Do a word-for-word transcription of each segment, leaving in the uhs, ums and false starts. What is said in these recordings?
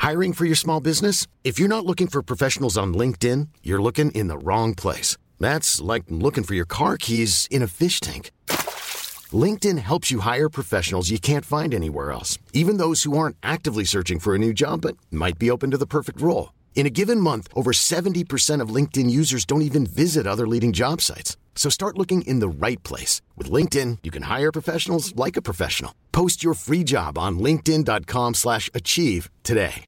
Hiring for your small business? If you're not looking for professionals on LinkedIn, you're looking in the wrong place. That's like looking for your car keys in a fish tank. LinkedIn helps you hire professionals you can't find anywhere else, even those who aren't actively searching for a new job but might be open to the perfect role. In a given month, over seventy percent of LinkedIn users don't even visit other leading job sites. So start looking in the right place. With LinkedIn, you can hire professionals like a professional. Post your free job on linkedin.com slash achieve today.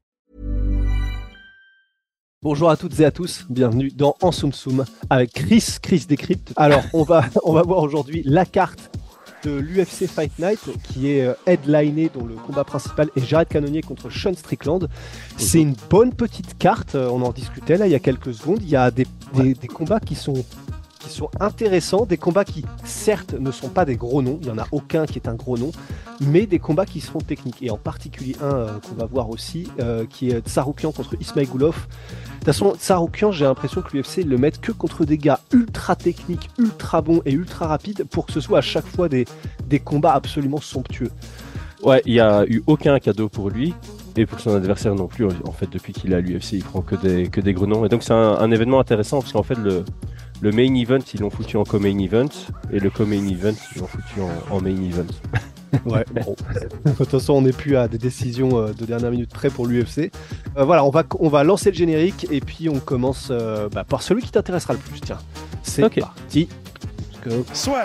Bonjour à toutes et à tous, bienvenue dans En Soum Soum avec Chris, Chris Décrypte. Alors, on va, on va voir aujourd'hui la carte de l'U F C Fight Night qui est headlinée, dont le combat principal est Jared Cannonier contre Sean Strickland. C'est une bonne petite carte, on en discutait là il y a quelques secondes. Il y a des, des, des combats qui sont, qui sont intéressants, des combats qui certes ne sont pas des gros noms, il n'y en a aucun qui est un gros nom, mais des combats qui seront techniques, et en particulier un euh, qu'on va voir aussi, euh, qui est Tsarukyan contre Ismagulov. De toute façon, Tsarukyan, j'ai l'impression que l'U F C le met que contre des gars ultra techniques, ultra bons et ultra rapides pour que ce soit à chaque fois des, des combats absolument somptueux. Ouais, il n'y a eu aucun cadeau pour lui et pour son adversaire non plus. En fait, depuis qu'il est à l'U F C, il prend que des, que des gros noms. Et donc, c'est un, un événement intéressant parce qu'en fait, le, le main event, ils l'ont foutu en co-main event et le co-main event, ils l'ont foutu en, en main event. Ouais, bon. De toute façon, on n'est plus à des décisions de dernière minute près pour l'U F C. Euh, voilà, on va, on va lancer le générique et puis on commence euh, bah, par celui qui t'intéressera le plus. Tiens, c'est okay. Parti. Go. Soit.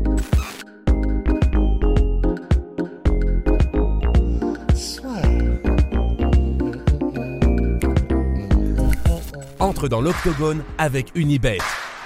Entre dans l'octogone avec Unibet.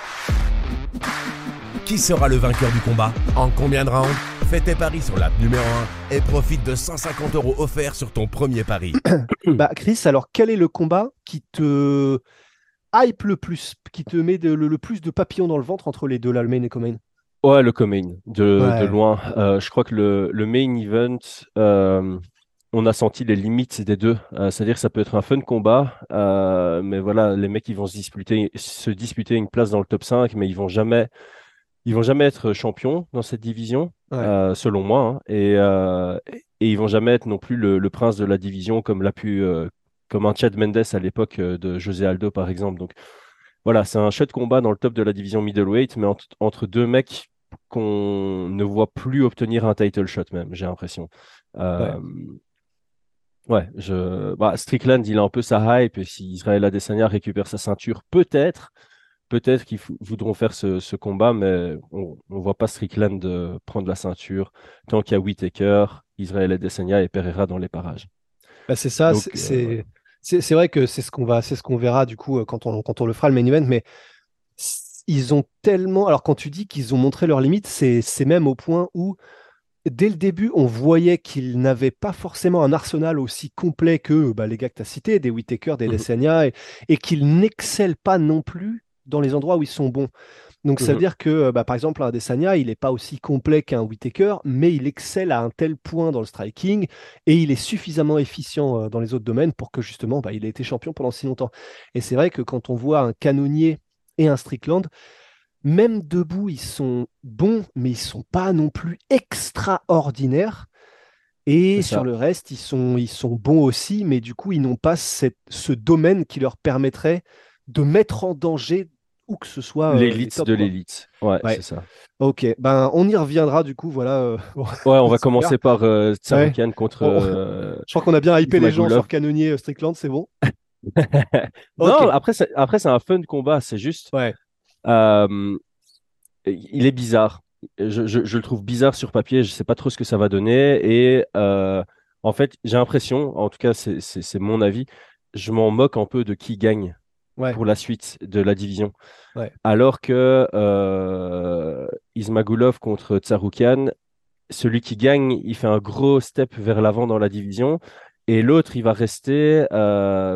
Qui sera le vainqueur du combat? En combien de rounds? Fais tes paris sur l'app numéro un et profite de cent cinquante euros offerts sur ton premier pari. Bah Chris, alors quel est le combat qui te hype le plus, qui te met de, le, le plus de papillons dans le ventre entre les deux, là, le main et co-main? Ouais, le co-main, de, ouais. de loin. Euh, je crois que le, le main event, euh, on a senti les limites des deux. Euh, c'est-à-dire que ça peut être un fun combat, euh, mais voilà, les mecs, ils vont se disputer, se disputer une place dans le top cinq, mais ils vont jamais... Ils vont jamais être champions dans cette division, ouais. euh, selon moi, hein, et, euh, et ils vont jamais être non plus le, le prince de la division comme l'a pu, euh, comme un Chad Mendes à l'époque euh, de José Aldo par exemple. Donc voilà, c'est un chouette combat dans le top de la division middleweight, mais entre, entre deux mecs qu'on ne voit plus obtenir un title shot même, j'ai l'impression. Euh, ouais, ouais je, bah, Strickland, il a un peu sa hype, et si Israel Adesanya récupère sa ceinture, peut-être. Peut-être qu'ils f- voudront faire ce, ce combat, mais on ne voit pas Strickland euh, prendre la ceinture tant qu'il y a Whittaker, Israel Adesanya et Pereira dans les parages. Bah c'est ça, Donc, c'est, euh, c'est, ouais. c'est, c'est vrai que c'est ce qu'on va, c'est ce qu'on verra du coup quand on, quand on le fera le main event, mais ils ont tellement... Alors quand tu dis qu'ils ont montré leurs limites, c'est, c'est même au point où dès le début, on voyait qu'ils n'avaient pas forcément un arsenal aussi complet que bah, les gars que tu as cités, des Whittaker, des Adesanya, et, et qu'ils n'excellent pas non plus dans les endroits où ils sont bons. Donc, ça veut Mhm. dire que, bah, par exemple, un Adesanya, il n'est pas aussi complet qu'un Whittaker, mais il excelle à un tel point dans le striking et il est suffisamment efficient euh, dans les autres domaines pour que, justement, bah, il ait été champion pendant si longtemps. Et c'est vrai que quand on voit un Cannonier et un Strickland, même debout, ils sont bons, mais ils ne sont pas non plus extraordinaires. Et sur le reste, ils sont, ils sont bons aussi, mais du coup, ils n'ont pas cette, ce domaine qui leur permettrait de mettre en danger où que ce soit euh, l'élite top, de quoi. l'élite. Ouais, ouais, c'est ça. Ok, ben on y reviendra du coup, voilà. Euh... Ouais, on va commencer par euh, Tsarukyan ouais. contre. Oh, Euh, je crois qu'on a bien hypé les gens Ismagulov. sur Cannonier Strickland, c'est bon. Non, okay. après, c'est, après, c'est un fun combat, c'est juste. Ouais. Euh, il est bizarre. Je, je, je le trouve bizarre sur papier, je ne sais pas trop ce que ça va donner. Et euh, en fait, j'ai l'impression, en tout cas, c'est, c'est, c'est mon avis, je m'en moque un peu de qui gagne ouais. pour la suite de la division. Ouais. Alors que euh, Ismagulov contre Tsarukyan, celui qui gagne, il fait un gros step vers l'avant dans la division. Et l'autre, il va rester. Euh,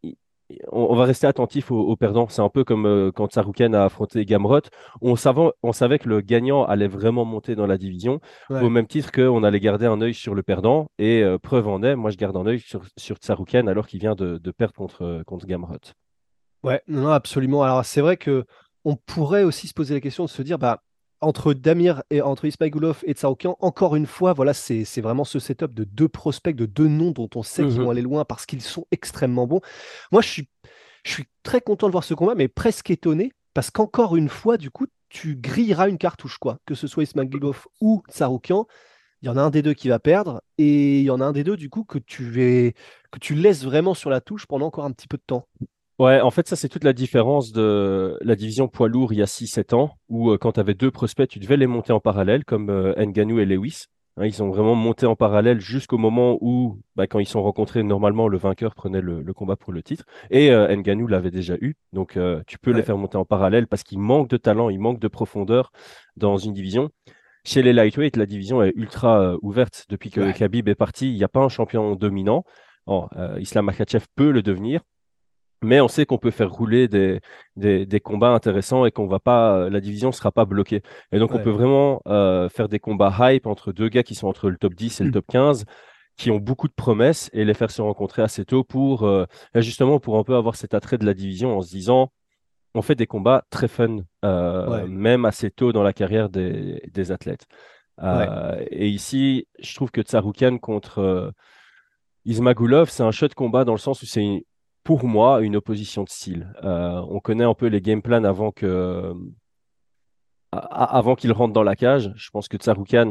on, on va rester attentif aux, aux perdants. C'est un peu comme euh, quand Tsarukyan a affronté Gamrot. On savait, on savait que le gagnant allait vraiment monter dans la division, ouais. au même titre qu'on allait garder un œil sur le perdant. Et euh, preuve en est, moi, je garde un œil sur, sur Tsarukyan alors qu'il vient de, de perdre contre, contre Gamrot. Ouais, non, non, absolument. Alors, c'est vrai que on pourrait aussi se poser la question de se dire, bah, entre Damir et entre Ismagulov et Tsarukyan, encore une fois, voilà, c'est c'est vraiment ce setup de deux prospects, de deux noms dont on sait qu'ils Mhm. vont aller loin parce qu'ils sont extrêmement bons. Moi, je suis, je suis très content de voir ce combat, mais presque étonné parce qu'encore une fois, du coup, tu grilleras une cartouche, quoi. Que ce soit Ismagulov ou Tsarukyan, il y en a un des deux qui va perdre et il y en a un des deux, du coup, que tu vais, que tu laisses vraiment sur la touche pendant encore un petit peu de temps. Ouais, en fait, ça, c'est toute la différence de la division poids lourd il y a six sept ans, où euh, quand tu avais deux prospects, tu devais les monter en parallèle, comme euh, Ngannou et Lewis. Hein, ils ont vraiment monté en parallèle jusqu'au moment où, bah, quand ils sont rencontrés, normalement, le vainqueur prenait le, le combat pour le titre. Et euh, Ngannou l'avait déjà eu. Donc, euh, tu peux les Ouais, faire monter en parallèle parce qu'ils manquent de talent, ils manquent de profondeur dans une division. Chez les lightweight, la division est ultra euh, ouverte. Depuis que ouais, Khabib est parti, il n'y a pas un champion dominant. Bon, euh, Islam Makhachev peut le devenir. Mais on sait qu'on peut faire rouler des, des, des combats intéressants et qu'on va pas, la division ne sera pas bloquée. Et donc, on peut ouais. vraiment euh, faire des combats hype entre deux gars qui sont entre le top dix et le top quinze, qui ont beaucoup de promesses et les faire se rencontrer assez tôt pour, euh, justement, pour un peu avoir cet attrait de la division en se disant, on fait des combats très fun, euh, Ouais, même assez tôt dans la carrière des, des athlètes. ouais, Euh, et ici, je trouve que Tsarukyan contre euh, Ismagulov, c'est un chouette combat dans le sens où c'est, une- pour moi, une opposition de style. Euh, on connaît un peu les game plans avant que, a- a- avant qu'il rentre dans la cage. Je pense que Tsarukyan,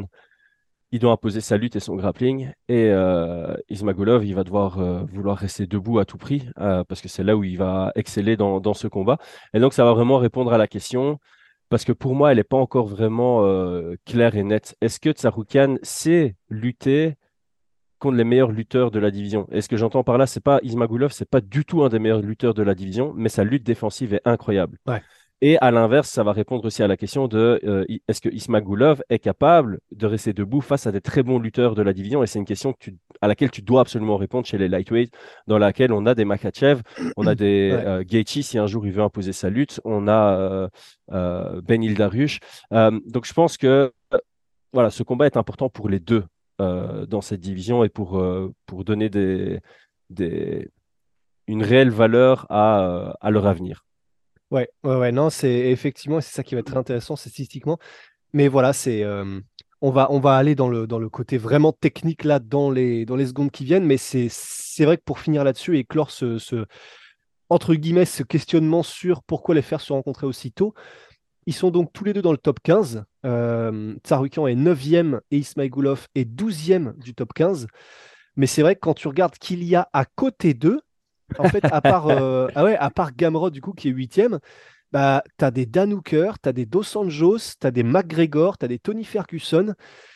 il doit imposer sa lutte et son grappling. Et euh, Ismagulov, il va devoir euh, vouloir rester debout à tout prix euh, parce que c'est là où il va exceller dans, dans ce combat. Et donc, ça va vraiment répondre à la question. Parce que pour moi, elle n'est pas encore vraiment euh, claire et nette. Est-ce que Tsarukyan sait lutter contre les meilleurs lutteurs de la division? Et ce que j'entends par là, c'est pas Ismagulov, c'est pas du tout un des meilleurs lutteurs de la division, mais sa lutte défensive est incroyable. ouais. Et à l'inverse, ça va répondre aussi à la question de euh, i- est-ce que Ismagulov est capable de rester debout face à des très bons lutteurs de la division? Et c'est une question que tu- à laquelle tu dois absolument répondre chez les lightweights, dans laquelle on a des Makhachev, on a des Ouais. euh, Gaethje si un jour il veut imposer sa lutte, on a euh, euh, Benil Dariush. Euh, donc je pense que euh, voilà, ce combat est important pour les deux euh, dans cette division et pour, euh, pour donner des, des, une réelle valeur à, euh, à leur avenir. Ouais, ouais, ouais, non, c'est effectivement, c'est ça qui va être très intéressant statistiquement. Mais voilà, c'est, euh, on va, on va aller dans le, dans le côté vraiment technique là dans les, dans les secondes qui viennent. Mais c'est, c'est vrai que pour finir là-dessus et clore ce, ce, entre guillemets, ce questionnement sur pourquoi les faire se rencontrer aussitôt, ils sont donc tous les deux dans le top quinze. Euh, Tsarukyan est neuvième et Ismailgoulov est douzième du top quinze. Mais c'est vrai que quand tu regardes qu'il y a à côté d'eux, en fait, à part, euh, ah ouais, à part Gamrot, du coup, qui est huitième, bah, tu as des Dan Hooker, tu as des Dos Anjos, tu as des McGregor, tu as des Tony Ferguson.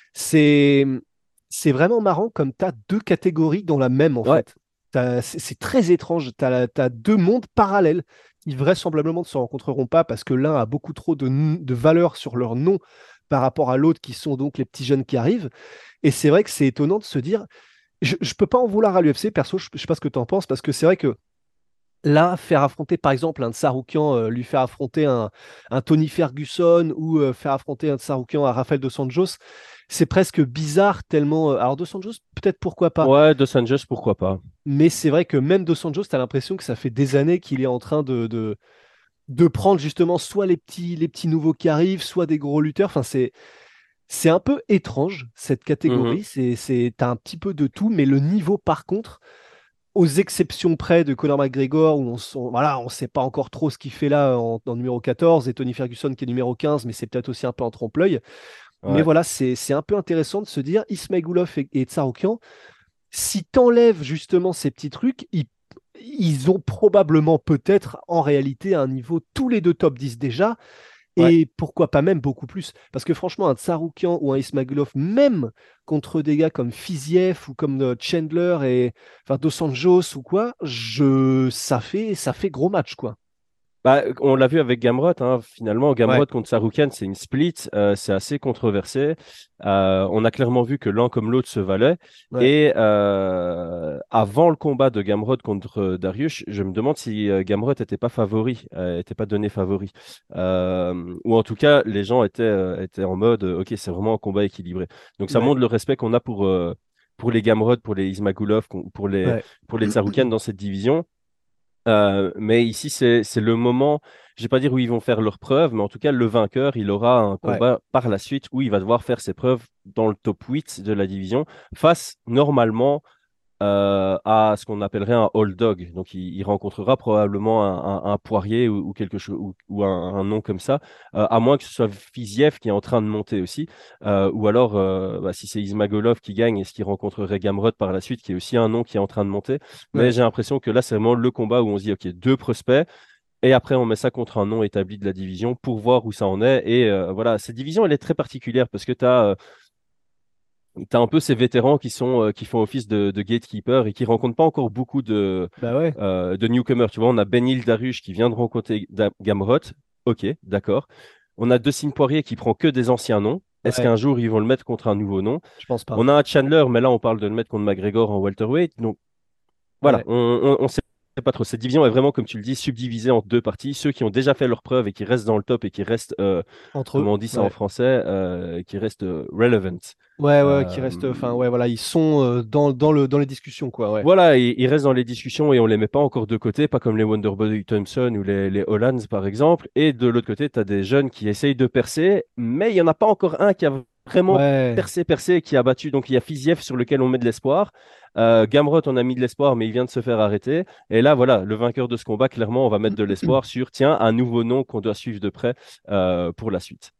C'est, c'est vraiment marrant comme tu as deux catégories dans la même, en Ouais, fait. T'as- C'est c'est très étrange. Tu as, deux mondes parallèles qui vraisemblablement ne se rencontreront pas parce que l'un a beaucoup trop de, n- de valeur sur leur nom par rapport à l'autre, qui sont donc les petits jeunes qui arrivent. Et c'est vrai que c'est étonnant de se dire, je ne peux pas en vouloir à l'U F C, perso, je ne sais pas ce que tu en penses, parce que c'est vrai que là, faire affronter par exemple un Tsarukyan, euh, lui faire affronter un, un Tony Ferguson ou euh, faire affronter un Tsarukyan à Rafael Dos Anjos, c'est presque bizarre tellement. euh, Alors Dos Anjos, peut-être pourquoi pas, ouais, Dos Anjos, pourquoi pas. mais c'est vrai que même Dos Anjos, tu as l'impression que ça fait des années qu'il est en train de, de, de prendre justement soit les petits, les petits nouveaux qui arrivent, soit des gros lutteurs. Enfin, c'est, c'est un peu étrange cette Mhm. catégorie. C'est, c'est, t'as un petit peu de tout, mais le niveau par contre, aux exceptions près de Conor McGregor, où on s- on- voilà, on ne sait pas encore trop ce qu'il fait là en, en numéro quatorze, et Tony Ferguson qui est numéro quinze, mais c'est peut-être aussi un peu en trompe-l'œil. Mais Ouais. voilà, c'est c'est un peu intéressant de se dire, Ismailgoulov et, et Tsarukyan, si t'enlèves justement ces petits trucs, ils, ils ont probablement peut-être en réalité un niveau tous les deux top dix déjà, Ouais. et pourquoi pas même beaucoup plus. Parce que franchement, un Tsarukyan ou un Ismagulov, même contre des gars comme Fiziev ou comme euh, Chandler et enfin Dos Anjos ou quoi, je... ça fait, ça fait gros match, quoi. Bah, on l'a vu avec Gamrot, hein, finalement, Ouais, Gamrot contre Saroukan, c'est une split, euh, c'est assez controversé. Euh, on a clairement vu que l'un comme l'autre se valait. ouais, Et euh, avant le combat de Gamrot contre euh, Dariush, je me demande si euh, Gamrot n'était pas favori, n'était pas donné favori. Euh, ou en tout cas, les gens étaient, euh, étaient en mode, euh, OK, c'est vraiment un combat équilibré. Donc ça ouais, montre le respect qu'on a pour, euh, pour les Gamrot, pour les Ismagulov, qu'on- pour les, ouais. pour les Tsarukyan dans cette division. Euh, mais ici, c'est, c'est le moment, je ne vais pas dire où ils vont faire leurs preuves, mais en tout cas, le vainqueur, il aura un Ouais. combat par la suite où il va devoir faire ses preuves dans le top huit de la division, face normalement euh, à ce qu'on appellerait un old dog. Donc, il, il rencontrera probablement un, un- un Poirier ou, ou quelque chose ou, ou un, un nom comme ça, euh, à moins que ce soit Fiziev qui est en train de monter aussi, euh, ou alors euh, bah, si c'est Ismagolov qui gagne, est-ce qu'il rencontrerait Gamrot par la suite, qui est aussi un nom qui est en train de monter. Mais Ouais. j'ai l'impression que là, c'est vraiment le combat où on se dit, ok, deux prospects. Et après, on met ça contre un nom établi de la division pour voir où ça en est. Et euh, voilà, cette division, elle est très particulière parce que tu as tu as un peu ces vétérans qui sont euh, qui font office de, de gatekeeper et qui rencontrent pas encore beaucoup de, Bah ouais. euh, de newcomers. Tu vois, on a Benil Darush qui vient de rencontrer Da- Gamrot. Ok, d'accord. On a Dustin Poirier qui prend que des anciens noms. Est-ce Ouais. qu'un jour ils vont le mettre contre un nouveau nom? Je pense pas. On a un Chandler, mais là on parle de le mettre contre McGregor en welterweight. Donc voilà, Ouais. on ne sait pas trop. Cette division est vraiment, comme tu le dis, subdivisée en deux parties. Ceux qui ont déjà fait leur preuve et qui restent dans le top et qui restent, euh, Entre eux. comment on dit ça en Ouais. français, euh, qui restent euh, relevant. Ouais, ouais, qui Euh, reste. Enfin, ouais, voilà, ils sont euh, dans, dans le, dans les discussions, quoi. Ouais. Voilà, ils, ils restent dans les discussions et on les met pas encore de côté, pas comme les Wonderboy Thompson ou les, les Hollands par exemple. Et de l'autre côté, tu as des jeunes qui essayent de percer, mais il n'y en a pas encore un qui a vraiment Ouais. percé, percé et qui a battu. Donc il y a Fiziev sur lequel on met de l'espoir. Euh, Gamrot, on a mis de l'espoir, mais il vient de se faire arrêter. Et là, voilà, le vainqueur de ce combat, clairement, on va mettre de l'espoir sur, tiens, un nouveau nom qu'on doit suivre de près euh, pour la suite.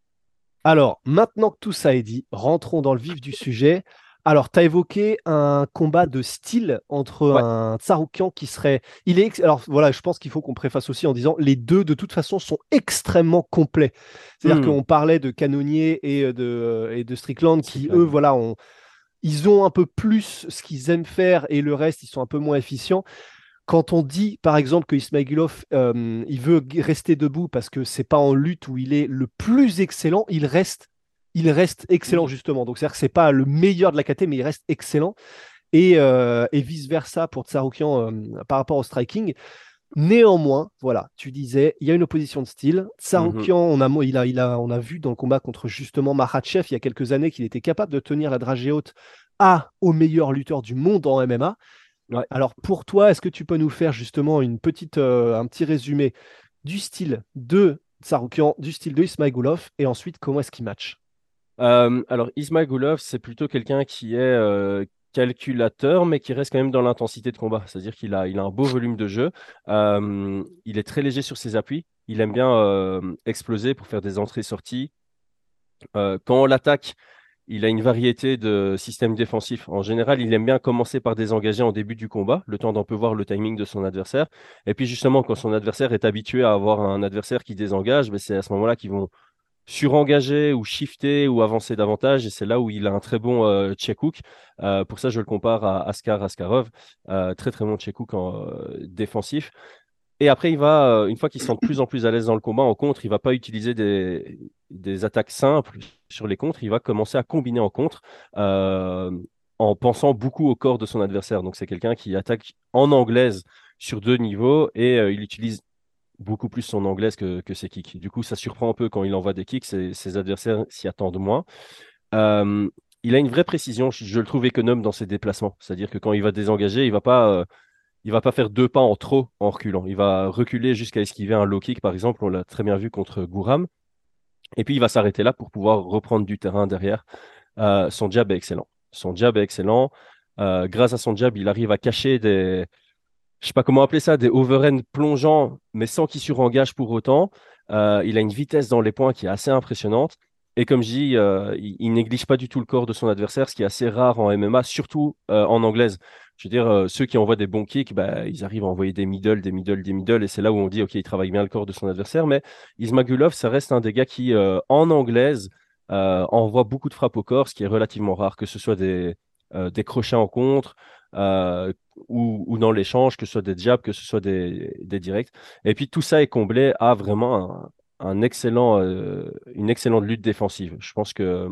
Alors, maintenant que tout ça est dit, rentrons dans le vif du sujet. Alors, tu as évoqué un combat de style entre Ouais. un Tsaroukian qui serait. Il est. ex- Alors, voilà, je pense qu'il faut qu'on préface aussi en disant les deux, de toute façon, sont extrêmement complets. C'est-à-dire Hmm, qu'on parlait de Cannonier et euh, de, euh, et de Strickland qui, eux, Strickland. voilà, ont, ils ont un peu plus ce qu'ils aiment faire et le reste, ils sont un peu moins efficients. Quand on dit, par exemple, que Ismailov, euh, il veut rester debout parce que c'est pas en lutte où il est le plus excellent, il reste, il reste excellent justement. Donc c'est-à-dire que c'est pas le meilleur de la caté, mais il reste excellent. Et, euh, et vice versa pour Tsaroukian euh, par rapport au striking. Néanmoins, voilà, tu disais, il y a une opposition de style. Mhm. Tsaroukian, on a, il a, il a, on a vu dans le combat contre justement Makhachev il y a quelques années qu'il était capable de tenir la dragée haute à au meilleur lutteur du monde en M M A. Ouais. Alors pour toi, est-ce que tu peux nous faire justement une petite, euh, un petit résumé du style de Tsaroukian, du style de Ismagulov, et ensuite comment est-ce qu'il match? Euh, alors, Ismagulov, c'est plutôt quelqu'un qui est euh, calculateur, mais qui reste quand même dans l'intensité de combat. C'est-à-dire qu'il a, il a un beau volume de jeu. Euh, il est très léger sur ses appuis. Il aime bien euh, exploser pour faire des entrées-sorties. Euh, quand on l'attaque, il a une variété de systèmes défensifs. En général, il aime bien commencer par désengagé en début du combat, le temps d'en peu voir le timing de son adversaire. Et puis justement, quand son adversaire est habitué à avoir un adversaire qui désengage, ben, c'est à ce moment-là qu'ils vont surengager ou shifter ou avancer davantage. Et c'est là où il a un très bon euh, check hook. Euh, pour ça, je le compare à Askar Askarov. Euh, très très bon check hook en euh, défensif. Et après, il va, euh, une fois qu'il se sent de plus en plus à l'aise dans le combat, en contre, il va pas utiliser des, des attaques simples sur les contres. Il va commencer à combiner en contre euh, en pensant beaucoup au corps de son adversaire. Donc, c'est quelqu'un qui attaque en anglaise sur deux niveaux et euh, il utilise beaucoup plus son anglaise que, que ses kicks. Du coup, ça surprend un peu quand il envoie des kicks, ses, ses adversaires s'y attendent moins. Euh, il a une vraie précision, je, je le trouve économe dans ses déplacements. C'est-à-dire que quand il va désengager, il va pas, euh, il va pas faire deux pas en trop en reculant. Il va reculer jusqu'à esquiver un low kick, par exemple. On l'a très bien vu contre Gouram. Et puis, il va s'arrêter là pour pouvoir reprendre du terrain derrière. Euh, son jab est excellent. Son jab est excellent. Euh, grâce à son jab, il arrive à cacher des, je sais pas comment appeler ça, des overhands plongeants, mais sans qu'il surengage pour autant. Euh, il a une vitesse dans les points qui est assez impressionnante. Et comme je dis, euh, il, il néglige pas du tout le corps de son adversaire, ce qui est assez rare en M M A, surtout euh, en anglaise. Je veux dire, euh, ceux qui envoient des bons kicks, bah, ils arrivent à envoyer des middle, des middle, des middle, et c'est là où on dit, OK, il travaille bien le corps de son adversaire. Mais Ismagulov, ça reste un des gars qui, euh, en anglaise, euh, envoie beaucoup de frappes au corps, ce qui est relativement rare, que ce soit des, euh, des crochets en contre, euh, ou, ou dans l'échange, que ce soit des jabs, que ce soit des, des directs. Et puis tout ça est comblé à vraiment un, un excellent, euh, une excellente lutte défensive. Je pense que euh,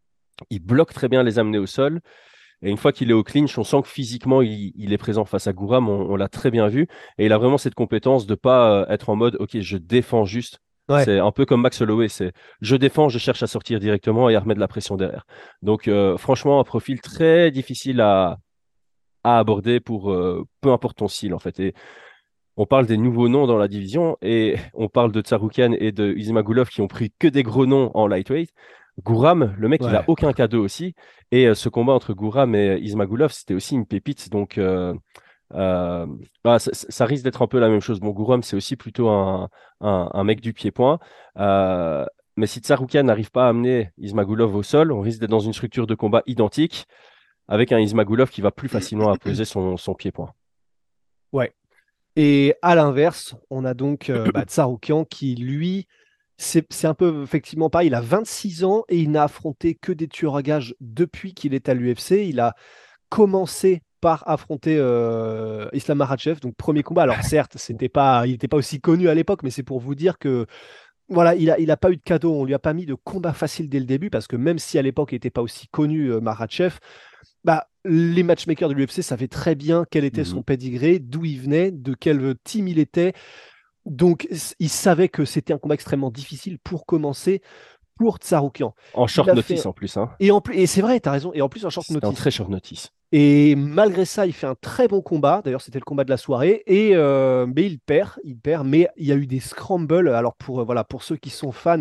il bloque très bien les amener au sol. Et une fois qu'il est au clinch, on sent que physiquement, il, il est présent face à Gouram. On, on l'a très bien vu. Et il a vraiment cette compétence de ne pas euh, être en mode, OK, je défends juste. Ouais. C'est un peu comme Max Holloway. C'est je défends, je cherche à sortir directement et à remettre de la pression derrière. Donc, euh, franchement, un profil très difficile à, à aborder pour euh, peu importe ton style en fait. Et on parle des nouveaux noms dans la division et on parle de Tsarukyan et de Ismagulov qui ont pris que des gros noms en lightweight. Gouram, le mec, il a Ouais. aucun cadeau aussi. Et euh, ce combat entre Gouram et Ismagulov, c'était aussi une pépite. Donc, euh, euh, bah, ça, ça risque d'être un peu la même chose. Bon, Gouram, c'est aussi plutôt un, un, un mec du pied-point. Euh, mais si Tsarukyan n'arrive pas à amener Ismagulov au sol, on risque d'être dans une structure de combat identique avec un Ismagulov qui va plus facilement apposer son, son pied-point. Ouais. Et à l'inverse, on a donc euh, bah, Tsarukyan qui, lui, c'est c'est un peu effectivement pareil. Il a vingt-six ans et il n'a affronté que des tueurs à gages depuis qu'il est à l'U F C. Il a commencé par affronter euh, Islam Makhachev, donc premier combat. Alors certes, c'était pas, il n'était pas aussi connu à l'époque, mais c'est pour vous dire que voilà, il a, il a pas eu de cadeau. On lui a pas mis de combat facile dès le début parce que même si à l'époque il n'était pas aussi connu, euh, Makhachev, bah, les matchmakers de l'U F C savaient très bien quel était son Mhm. pedigree, d'où il venait, de quel team il était. Donc, s- il savait que c'était un combat extrêmement difficile pour commencer pour Tsarukyan. En Il short a fait. notice en plus, hein. Et, en plus, et c'est vrai, tu as raison. Et en plus, en short C'était en notice. très short notice. Et malgré ça, il fait un très bon combat. D'ailleurs, c'était le combat de la soirée. Et euh, mais il perd, il perd. Mais il y a eu des scrambles. Alors pour euh, voilà, pour ceux qui sont fans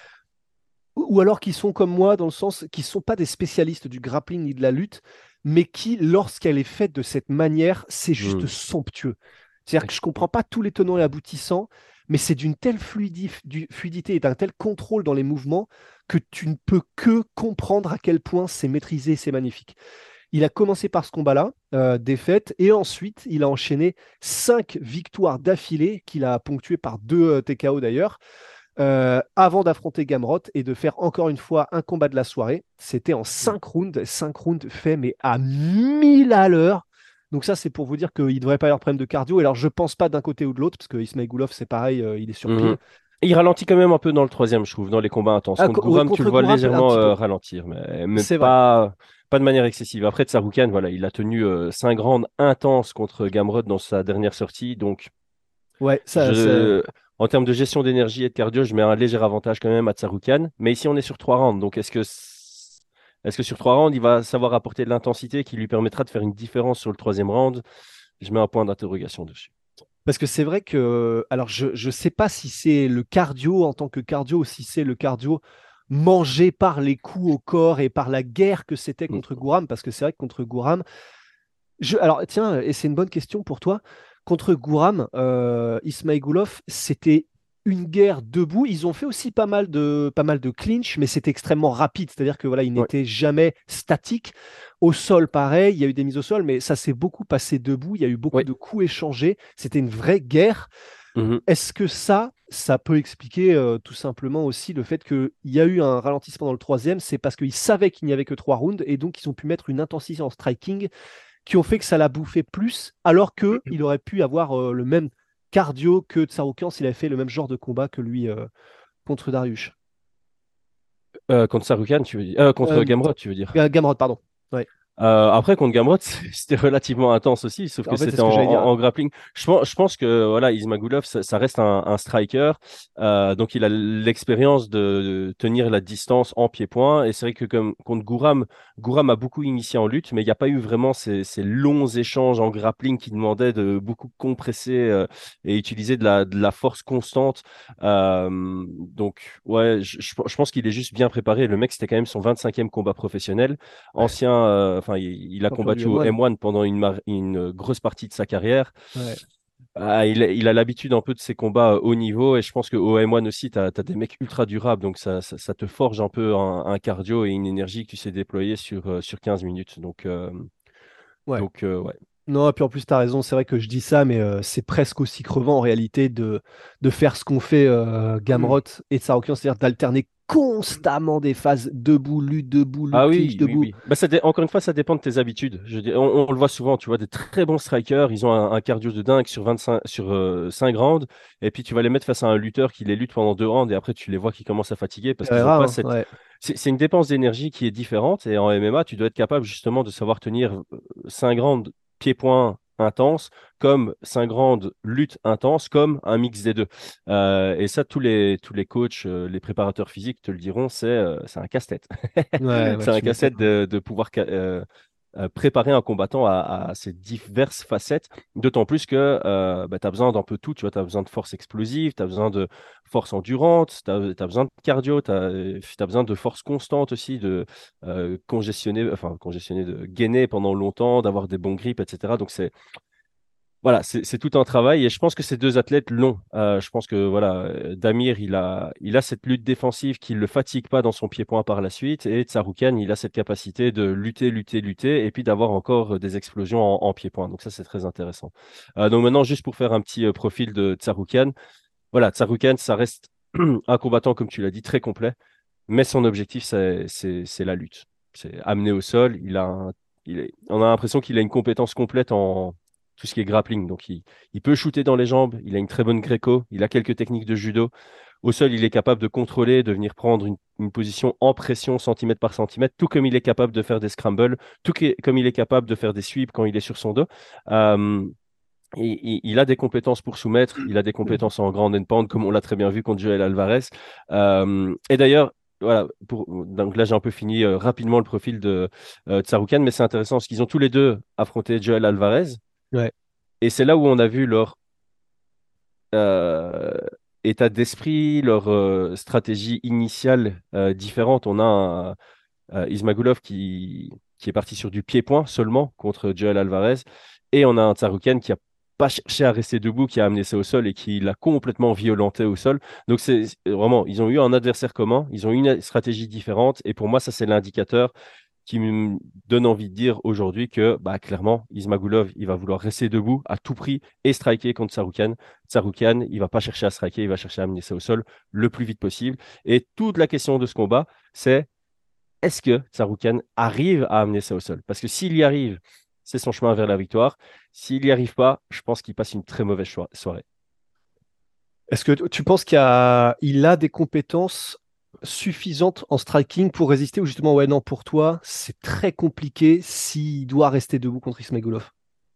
ou ou alors qui sont comme moi dans le sens qui sont pas des spécialistes du grappling ni de la lutte, mais qui, lorsqu'elle est faite de cette manière, c'est juste Hmm. somptueux. C'est-à-dire que je comprends pas tous les tenants et aboutissants, mais c'est d'une telle fluidif- du- fluidité et d'un tel contrôle dans les mouvements que tu ne peux que comprendre à quel point c'est maîtrisé, c'est magnifique. Il a commencé par ce combat-là, euh, défaite, et ensuite il a enchaîné cinq victoires d'affilée qu'il a ponctuées par deux euh, T K O d'ailleurs, euh, avant d'affronter Gamrot et de faire encore une fois un combat de la soirée. C'était en cinq rounds, cinq rounds faits mais à mille à l'heure. Donc ça, c'est pour vous dire qu'il ne devrait pas y avoir de problème de cardio. Et alors, je pense pas d'un côté ou de l'autre, parce que Ismail Goulov, c'est pareil, euh, il est sur Mhm. pile. Et il ralentit quand même un peu dans le troisième, je trouve, dans les combats intenses. Ah, Contre co- ouais, Gouram, tu le contre vois Gouram, un légèrement petit peu. euh, ralentir, mais, mais C'est vrai. pas, pas de manière excessive. Après, Tsarukyan, voilà, il a tenu euh, cinq rounds intenses contre Gamrot dans sa dernière sortie. Donc, Ouais, ça, ça- je, en termes de gestion d'énergie et de cardio, je mets un léger avantage quand même à Tsarukyan. Mais ici, on est sur trois rounds. Donc, est-ce que, c- est-ce que sur trois rounds, il va savoir apporter de l'intensité qui lui permettra de faire une différence sur le troisième round? Je mets un point d'interrogation dessus. Parce que c'est vrai que, alors je ne sais pas si c'est le cardio en tant que cardio ou si c'est le cardio mangé par les coups au corps et par la guerre que c'était Mm. contre Gouram, parce que c'est vrai que contre Gouram, je, alors tiens, et c'est une bonne question pour toi, contre Gouram, euh, Ismaïgoulov, c'était une guerre debout. Ils ont fait aussi pas mal de, pas mal de clinch, mais c'était extrêmement rapide, c'est-à-dire que voilà, il Ouais. n'était jamais statique. Au sol, pareil, il y a eu des mises au sol, mais ça s'est beaucoup passé debout. Il y a eu beaucoup Ouais. de coups échangés. C'était une vraie guerre. Mhm. Est-ce que ça, ça peut expliquer euh, tout simplement aussi le fait qu'il y a eu un ralentissement dans le troisième? C'est parce qu'ils savaient qu'il n'y avait que trois rounds et donc ils ont pu mettre une intensité en striking qui ont fait que ça l'a bouffé plus, alors qu'il aurait pu avoir euh, le même cardio que Tsarukyan s'il avait fait le même genre de combat que lui euh, contre Dariush. Euh, contre Tsarukyan, tu veux dire. Euh, contre Euh, Gamrot, tu veux dire. Ga- Gamrot, pardon. Ouais. Euh, après, contre Gamrot, c'était relativement intense aussi, sauf que En fait, c'est c'était ce en, que j'allais en- dire. en grappling. Je pense, je pense que voilà, Ismagulov, ça, ça reste un, un striker, euh, donc il a l'expérience de, de tenir la distance en pied-point. Et c'est vrai que comme contre Gouram, Gouram a beaucoup initié en lutte, mais il n'y a pas eu vraiment ces, ces longs échanges en grappling qui demandaient de beaucoup compresser euh, et utiliser de la, de la force constante. Euh, donc ouais, je, je je pense qu'il est juste bien préparé. Le mec, c'était quand même son vingt-cinquième combat professionnel, Ouais. ancien, euh, enfin, il, il a Champion du combattu au M un. M un pendant une, mar- une grosse partie de sa carrière. Ouais. Ah, il, a- il a l'habitude un peu de ces combats euh, haut niveau et je pense qu'au M un aussi, tu as, des mecs ultra durables, donc ça, ça, ça te forge un peu un, un cardio et une énergie que tu sais déployer sur, euh, sur quinze minutes. Donc, euh, Ouais. donc euh, ouais. Non, et puis en plus, tu as raison, c'est vrai que je dis ça, mais euh, c'est presque aussi crevant en réalité de, de faire ce qu'ont fait euh, Gamrot et Tsarukyan, c'est-à-dire d'alterner constamment des phases debout, lutte debout, lutte Ah clinch oui, oui, debout. oui. Bah, ça dé- Encore une fois, ça dépend de tes habitudes. Je dis- on, on le voit souvent, tu vois, des très bons strikers, ils ont un, un cardio de dingue sur vingt-cinq, sur euh, cinq rounds, et puis tu vas les mettre face à un lutteur qui les lutte pendant deux rounds, et après tu les vois qui commencent à fatiguer parce C'est qu'ils n'ont rare, pas hein, cette. ouais. C'est c'est une dépense d'énergie qui est différente, et en M M A, tu dois être capable justement de savoir tenir euh, cinq rounds pied-point intense, comme cinq rounds lutte intense, comme un mix des deux. Euh, et ça, tous les, tous les coachs, euh, les préparateurs physiques te le diront, c'est euh, c'est un casse-tête. Ouais, ouais, C'est un tu m'étonnes. casse-tête de, de pouvoir ca- euh, euh, préparer un combattant à, à ces diverses facettes, d'autant plus que euh, bah, tu as besoin d'un peu tout, tu vois, tu as besoin de force explosive, tu as besoin de force endurante, tu as, besoin de cardio, tu as besoin de force constante aussi, de euh, congestionner, enfin congestionner, de gainer pendant longtemps, d'avoir des bons grips, et cetera. Donc c'est voilà, c'est c'est tout un travail et je pense que ces deux athlètes l'ont. Euh, je pense que voilà, euh, Damir, il a, il a cette lutte défensive qui ne le fatigue pas dans son pied-point par la suite et Tsarukyan, il a cette capacité de lutter, lutter, lutter et puis d'avoir encore euh, des explosions en, en pied-point. Donc ça, c'est très intéressant. Euh, donc maintenant, juste pour faire un petit euh, profil de Tsarukyan, voilà, Tsarukyan, ça reste un combattant, comme tu l'as dit, très complet, mais son objectif, c'est c'est- c'est la lutte. C'est amener au sol. Il a un- il est- on a l'impression qu'il a une compétence complète en tout ce qui est grappling. Donc, il, il peut shooter dans les jambes. Il a une très bonne gréco. Il a quelques techniques de judo. Au sol, il est capable de contrôler, de venir prendre une, une position en pression centimètre par centimètre, tout comme il est capable de faire des scrambles, tout que- comme il est capable de faire des sweeps quand il est sur son dos. Euh, il, il- il a des compétences pour soumettre, il a des compétences en ground and pound, comme on l'a très bien vu contre Joel Alvarez. Euh, et d'ailleurs, voilà, pour, donc là j'ai un peu fini euh, rapidement le profil de euh, Tsarukyan, mais c'est intéressant parce qu'ils ont tous les deux affronté Joel Alvarez. Ouais. Et c'est là où on a vu leur euh, état d'esprit, leur euh, stratégie initiale euh, différente. On a un, euh, Ismagulov qui, qui est parti sur du pied-point seulement contre Joel Alvarez. Et on a un Tsarukyan qui a pas cherché à rester debout, qui a amené ça au sol et qui l'a complètement violenté au sol. Donc c'est c'est- vraiment, ils ont eu un adversaire commun, ils ont eu une stratégie différente. Et pour moi, ça, c'est l'indicateur qui me donne envie de dire aujourd'hui que bah, clairement, Ismagulov, il va vouloir rester debout à tout prix et striker contre Tsarukyan. Tsarukyan, il va pas chercher à striker, il va chercher à amener ça au sol le plus vite possible. Et toute la question de ce combat, c'est est-ce que Tsarukyan arrive à amener ça au sol? Parce que s'il y arrive, c'est son chemin vers la victoire. S'il n'y arrive pas, je pense qu'il passe une très mauvaise choi- soirée. Est-ce que tu penses qu'il a, il a des compétences suffisantes en striking pour résister ou justement, ouais, non, pour toi, c'est très compliqué s'il doit rester debout contre Ismagulov?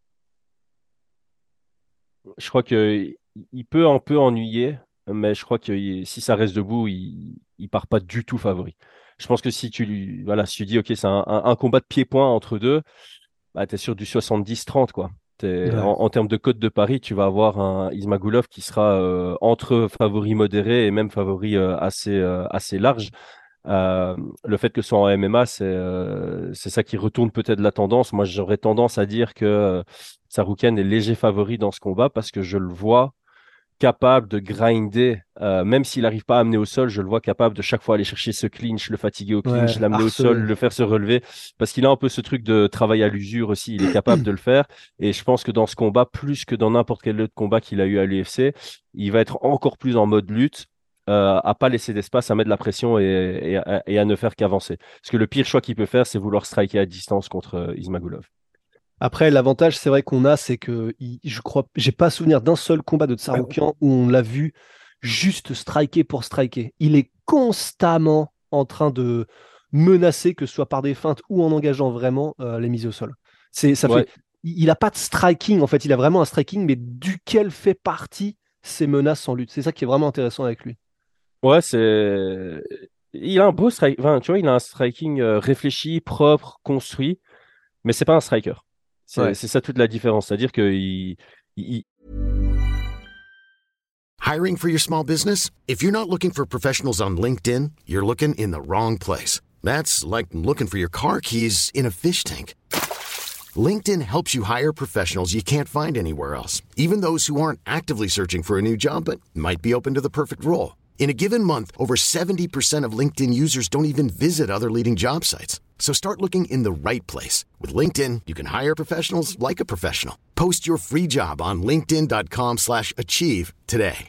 Je crois qu'il il peut un peu ennuyer, mais je crois que il- si ça reste debout, il ne part pas du tout favori. Je pense que si tu lui, voilà, si tu dis, OK, c'est un, un- un combat de pied-point entre deux, bah, tu es sur du soixante-dix trente, quoi. T'es- en, Ouais. en termes de cote de Paris, tu vas avoir un Ismagulov qui sera euh, entre favori modéré et même favori euh, assez, euh, assez large. Euh, le fait que ce soit en M M A, c'est euh, c'est ça qui retourne peut-être la tendance. Moi, j'aurais tendance à dire que euh, Tsarukyan est léger favori dans ce combat parce que je le vois capable de grinder, euh, même s'il n'arrive pas à amener au sol, je le vois capable de chaque fois aller chercher ce clinch, le fatiguer au clinch, Ouais, l'amener au sol, harcelé. le faire se relever, parce qu'il a un peu ce truc de travail à l'usure aussi, il est capable de le faire, et je pense que dans ce combat, plus que dans n'importe quel autre combat qu'il a eu à l'U F C, il va être encore plus en mode lutte, euh, à pas laisser d'espace, à mettre de la pression et, et à, et à ne faire qu'avancer. Parce que le pire choix qu'il peut faire, c'est vouloir striker à distance contre euh, Ismagulov. Après, l'avantage, c'est vrai qu'on a, c'est que il- je crois, j'ai pas souvenir d'un seul combat de Tsarukyan où on l'a vu juste striker pour striker. Il est constamment en train de menacer, que ce soit par des feintes ou en engageant vraiment euh, les mises au sol. C'est, ça fait, Ouais, il n'a pas de striking, en fait, il a vraiment un striking, mais duquel fait partie ses menaces en lutte. C'est ça qui est vraiment intéressant avec lui. ouais, c'est. Il a un beau strike, enfin, tu vois, il a un striking euh, réfléchi, propre, construit. Mais c'est pas un striker. C'est Ouais. c'est ça toute la différence. C'est-à-dire que il, il- Hiring for your small business? If you're not looking for professionals on LinkedIn, you're looking in the wrong place. That's like looking for your car keys in a fish tank. LinkedIn helps you hire professionals you can't find anywhere else, even those who aren't actively searching for a new job but might be open to the perfect role. In a given month, over seventy percent of LinkedIn users don't even visit other leading job sites. So start looking in the right place. With LinkedIn, you can hire professionals like a professional. Post your free job on linkedin.com slash achieve today.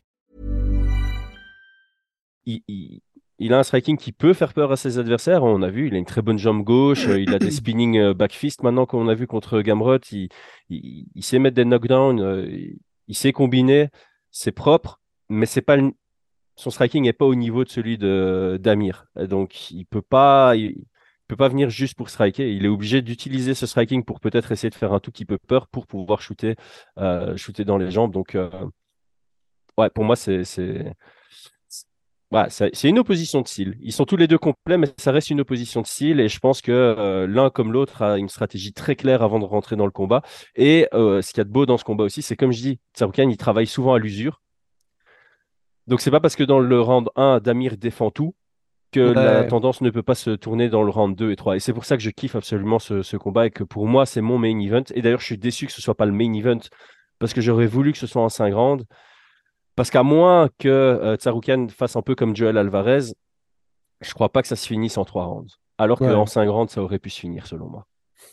il- il- il a un striking qui peut faire peur à ses adversaires. On a vu, il a une très bonne jambe gauche. euh, Il a des spinning euh, back fist maintenant qu'on a vu contre Gamrot. Il, il- il sait mettre des knockdowns. euh, il, il sait combiner. C'est propre, mais c'est pas le- son striking n'est pas au niveau de celui de d'Amir. Et donc, il peut pas. Il, il peut pas venir juste pour striker. Il est obligé d'utiliser ce striking pour peut-être essayer de faire un tout petit peu peur pour pouvoir shooter, euh, shooter dans les jambes. Donc, euh, ouais, pour moi, c'est, c'est, Ouais, c'est c'est une opposition de style. Ils sont tous les deux complets, mais ça reste une opposition de style. Et je pense que euh, l'un comme l'autre a une stratégie très claire avant de rentrer dans le combat. Et euh, ce qu'il y a de beau dans ce combat aussi, c'est comme je dis, Tsarukyan, il travaille souvent à l'usure. Donc c'est pas parce que dans le round un, Damir défend tout que la Ouais. tendance ne peut pas se tourner dans le round deux et trois. Et c'est pour ça que je kiffe absolument ce, ce combat et que pour moi, c'est mon main event. Et d'ailleurs, je suis déçu que ce soit pas le main event parce que j'aurais voulu que ce soit en cinq rounds. Parce qu'à moins que euh, Tsarukyan fasse un peu comme Joel Alvarez, je crois pas que ça se finisse en trois rounds. Alors qu'en Ouais. cinq rounds, ça aurait pu se finir, selon moi.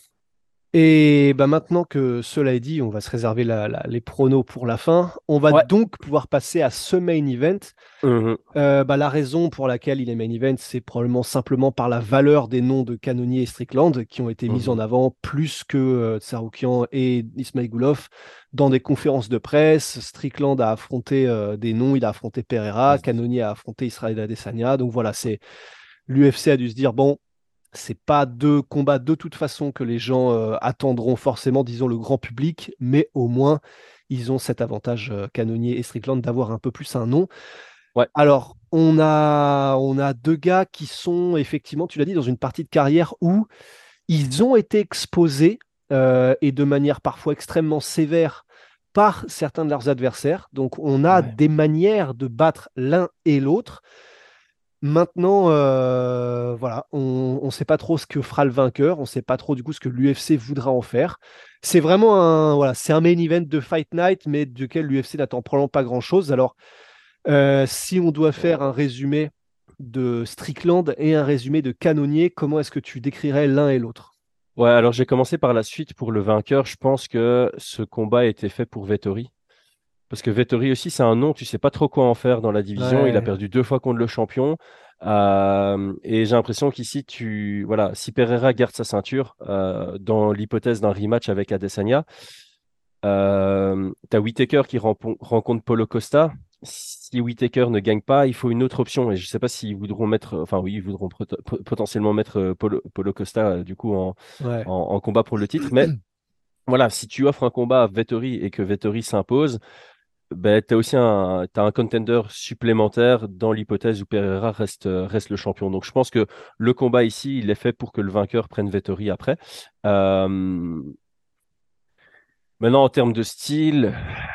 Et bah maintenant que cela est dit, on va se réserver la- la- les pronos pour la fin. On va Ouais. donc pouvoir passer à ce main event. Mhm. Euh, bah, la raison pour laquelle il est main event, c'est probablement simplement par la valeur des noms de Cannonier et Strickland qui ont été mis en Mhm. avant plus que euh, Tsarukyan et Ismailgoulov dans des conférences de presse. Strickland a affronté euh, des noms, il a affronté Pereira, Cannonier a affronté Israel Adesanya. Donc voilà, c'est l'U F C a dû se dire bon, c'est pas deux combats de toute façon que les gens euh, attendront forcément, disons le grand public, mais au moins ils ont cet avantage euh, Cannonier et Strickland d'avoir un peu plus un nom. Ouais. Alors, on a, on a deux gars qui sont effectivement, tu l'as dit, dans une partie de carrière où ils ont été exposés euh, et de manière parfois extrêmement sévère par certains de leurs adversaires. Donc, on a Ouais. des manières de battre l'un et l'autre. Maintenant, euh, voilà, on ne sait pas trop ce que fera le vainqueur, on ne sait pas trop du coup ce que l'U F C voudra en faire. C'est vraiment un, voilà, c'est un main event de Fight Night, mais duquel l'U F C n'attend probablement pas grand-chose. Alors, euh, si on doit faire un résumé de Strickland et un résumé de Cannonier, comment est-ce que tu décrirais l'un et l'autre? Ouais, alors j'ai commencé par la suite pour le vainqueur. Je pense que ce combat a été fait pour Vettori. Parce que Vettori aussi, c'est un nom, tu sais pas trop quoi en faire dans la division. Il a Ouais, perdu deux fois contre le champion. Euh, et j'ai l'impression qu'ici, tu, voilà, si Pereira garde sa ceinture, euh, dans l'hypothèse d'un rematch avec Adesanya, euh, tu as Whittaker qui rempo- rencontre Paulo Costa. Si Whittaker ne gagne pas, il faut une autre option. Et je ne sais pas s'ils voudront mettre, enfin oui, ils voudront pot- pot- potentiellement mettre euh, Paulo, Paulo Costa euh, du coup en, ouais, en, en combat pour le titre. Mais voilà, si tu offres un combat à Vettori et que Vettori s'impose, ben, tu as aussi un, t'as un contender supplémentaire dans l'hypothèse où Pereira reste, euh, reste le champion. Donc je pense que le combat ici, il est fait pour que le vainqueur prenne Vettori après. Euh, Maintenant, en termes de style,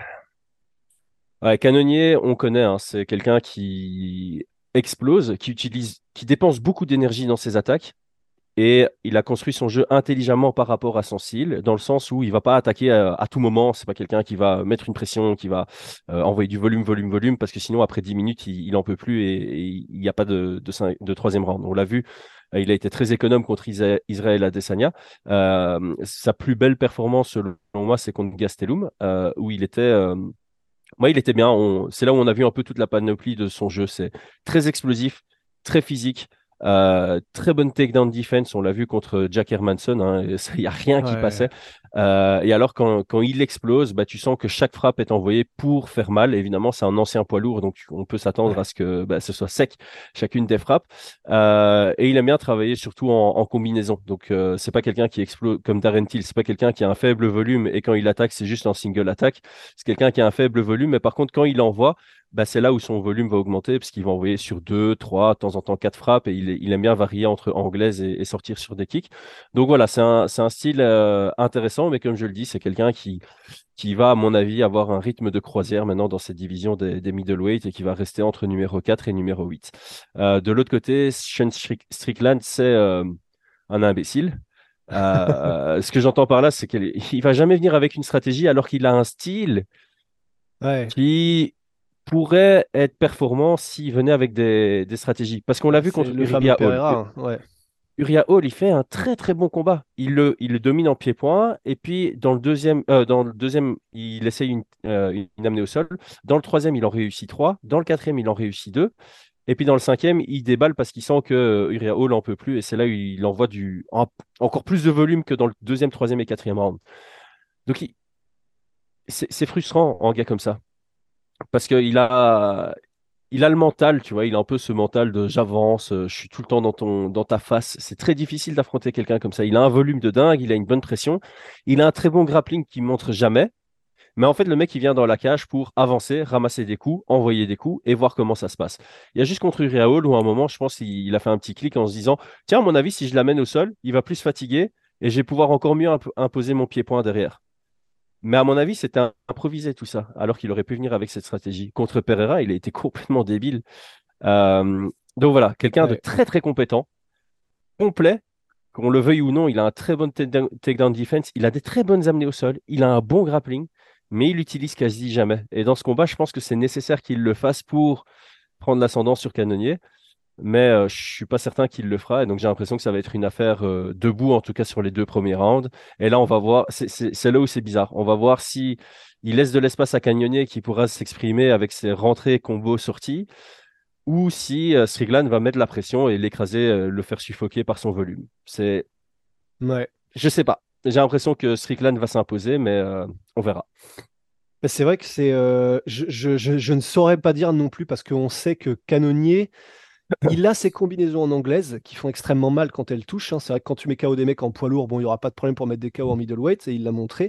ouais, Canonnier, on connaît, hein, c'est quelqu'un qui explose, qui utilise, qui dépense beaucoup d'énergie dans ses attaques. Et il a construit son jeu intelligemment par rapport à son style, dans le sens où il va pas attaquer à, à tout moment. C'est pas quelqu'un qui va mettre une pression, qui va euh, envoyer du volume, volume, volume, parce que sinon, après dix minutes, il, il en peut plus et, et il n'y a pas de, de, cin- de troisième round. On l'a vu, euh, il a été très économe contre Isa- Israël Adesanya. Euh, sa plus belle performance, selon moi, c'est contre Gastelum, euh, où il était, euh, moi, il était bien. On- C'est là où on a vu un peu toute la panoplie de son jeu. C'est très explosif, très physique, euh, très bonne takedown defense. On l'a vu contre Jack Hermanson. Hein, et ça, il n'y a rien qui ouais, passait. Euh, et alors, quand, quand il explose, bah, tu sens que chaque frappe est envoyée pour faire mal. Évidemment, c'est un ancien poids lourd, donc on peut s'attendre ouais. à ce que bah, ce soit sec chacune des frappes. Euh, et il aime bien travailler surtout en, en combinaison. Donc, euh, c'est pas quelqu'un qui explose comme Darren Till. C'est pas quelqu'un qui a un faible volume et quand il attaque, c'est juste un single attack. C'est quelqu'un qui a un faible volume, mais par contre, quand il envoie, bah, c'est là où son volume va augmenter, parce qu'il va envoyer sur deux, trois, de temps en temps quatre frappes, et il, il aime bien varier entre anglaise et, et sortir sur des kicks. Donc voilà, c'est un, c'est un style euh, intéressant, mais comme je le dis, c'est quelqu'un qui, qui va, à mon avis, avoir un rythme de croisière maintenant dans cette division des, des middleweight et qui va rester entre numéro quatre et numéro huit. Euh, de l'autre côté, Sean Strick- Strickland, c'est euh, un imbécile. Euh, ce que j'entends par là, c'est qu'il il va jamais venir avec une stratégie alors qu'il a un style Ouais. qui pourrait être performant s'il venait avec des, des stratégies. Parce qu'on l'a Bah, vu c'est contre le fameux Uriah Hall. U- Pereira, hein, ouais. Uriah Hall, il fait un très très bon combat. Il le, il le domine en pied-point. Et puis dans le deuxième, euh, dans le deuxième, il essaye une, euh, une amenée au sol. Dans le troisième, il en réussit trois. Dans le quatrième, il en réussit deux. Et puis dans le cinquième, il déballe parce qu'il sent que euh, Uriah Hall en peut plus. Et c'est là où il envoie du, en- encore plus de volume que dans le deuxième, troisième et quatrième round. Donc il- c'est c'est frustrant en gars comme ça. Parce qu'il a, il a le mental, tu vois, il a un peu ce mental de j'avance, euh, je suis tout le temps dans ton, dans ta face. C'est très difficile d'affronter quelqu'un comme ça. Il a un volume de dingue, il a une bonne pression, il a un très bon grappling qui montre jamais. Mais en fait, le mec, il vient dans la cage pour avancer, ramasser des coups, envoyer des coups et voir comment ça se passe. Il y a juste contre Uriah Hall où à un moment, je pense qu'il il a fait un petit clic en se disant, tiens, à mon avis, si je l'amène au sol, il va plus se fatiguer et je vais pouvoir encore mieux imp- imposer mon pied-point derrière. Mais à mon avis, c'était un- improvisé tout ça, alors qu'il aurait pu venir avec cette stratégie. Contre Pereira, il a été complètement débile. Euh, donc voilà, quelqu'un de Ouais. très très compétent, complet, qu'on le veuille ou non, il a un très bon takedown takedown defense, il a des très bonnes amenées au sol, il a un bon grappling, mais il l'utilise quasi jamais. Et dans ce combat, je pense que c'est nécessaire qu'il le fasse pour prendre l'ascendant sur Cannonier, mais euh, je suis pas certain qu'il le fera. Et donc j'ai l'impression que ça va être une affaire euh, debout, en tout cas sur les deux premiers rounds. Et là, on va voir, c'est c'est- c'est là où c'est bizarre. On va voir si il laisse de l'espace à Cannonier qui pourra s'exprimer avec ses rentrées, combos, sorties, ou si euh, Strickland va mettre la pression et l'écraser, euh, le faire suffoquer par son volume. C'est Ouais. Je sais pas. J'ai l'impression que Strickland va s'imposer, mais euh, on verra. Mais c'est vrai que c'est. euh, je, je- je- je ne saurais pas dire non plus parce qu'on sait que Canonnier, il a ses combinaisons en anglaise qui font extrêmement mal quand elles touchent, hein. C'est vrai que quand tu mets K O des mecs en poids lourd, bon, il n'y aura pas de problème pour mettre des K O en middleweight, et il l'a montré.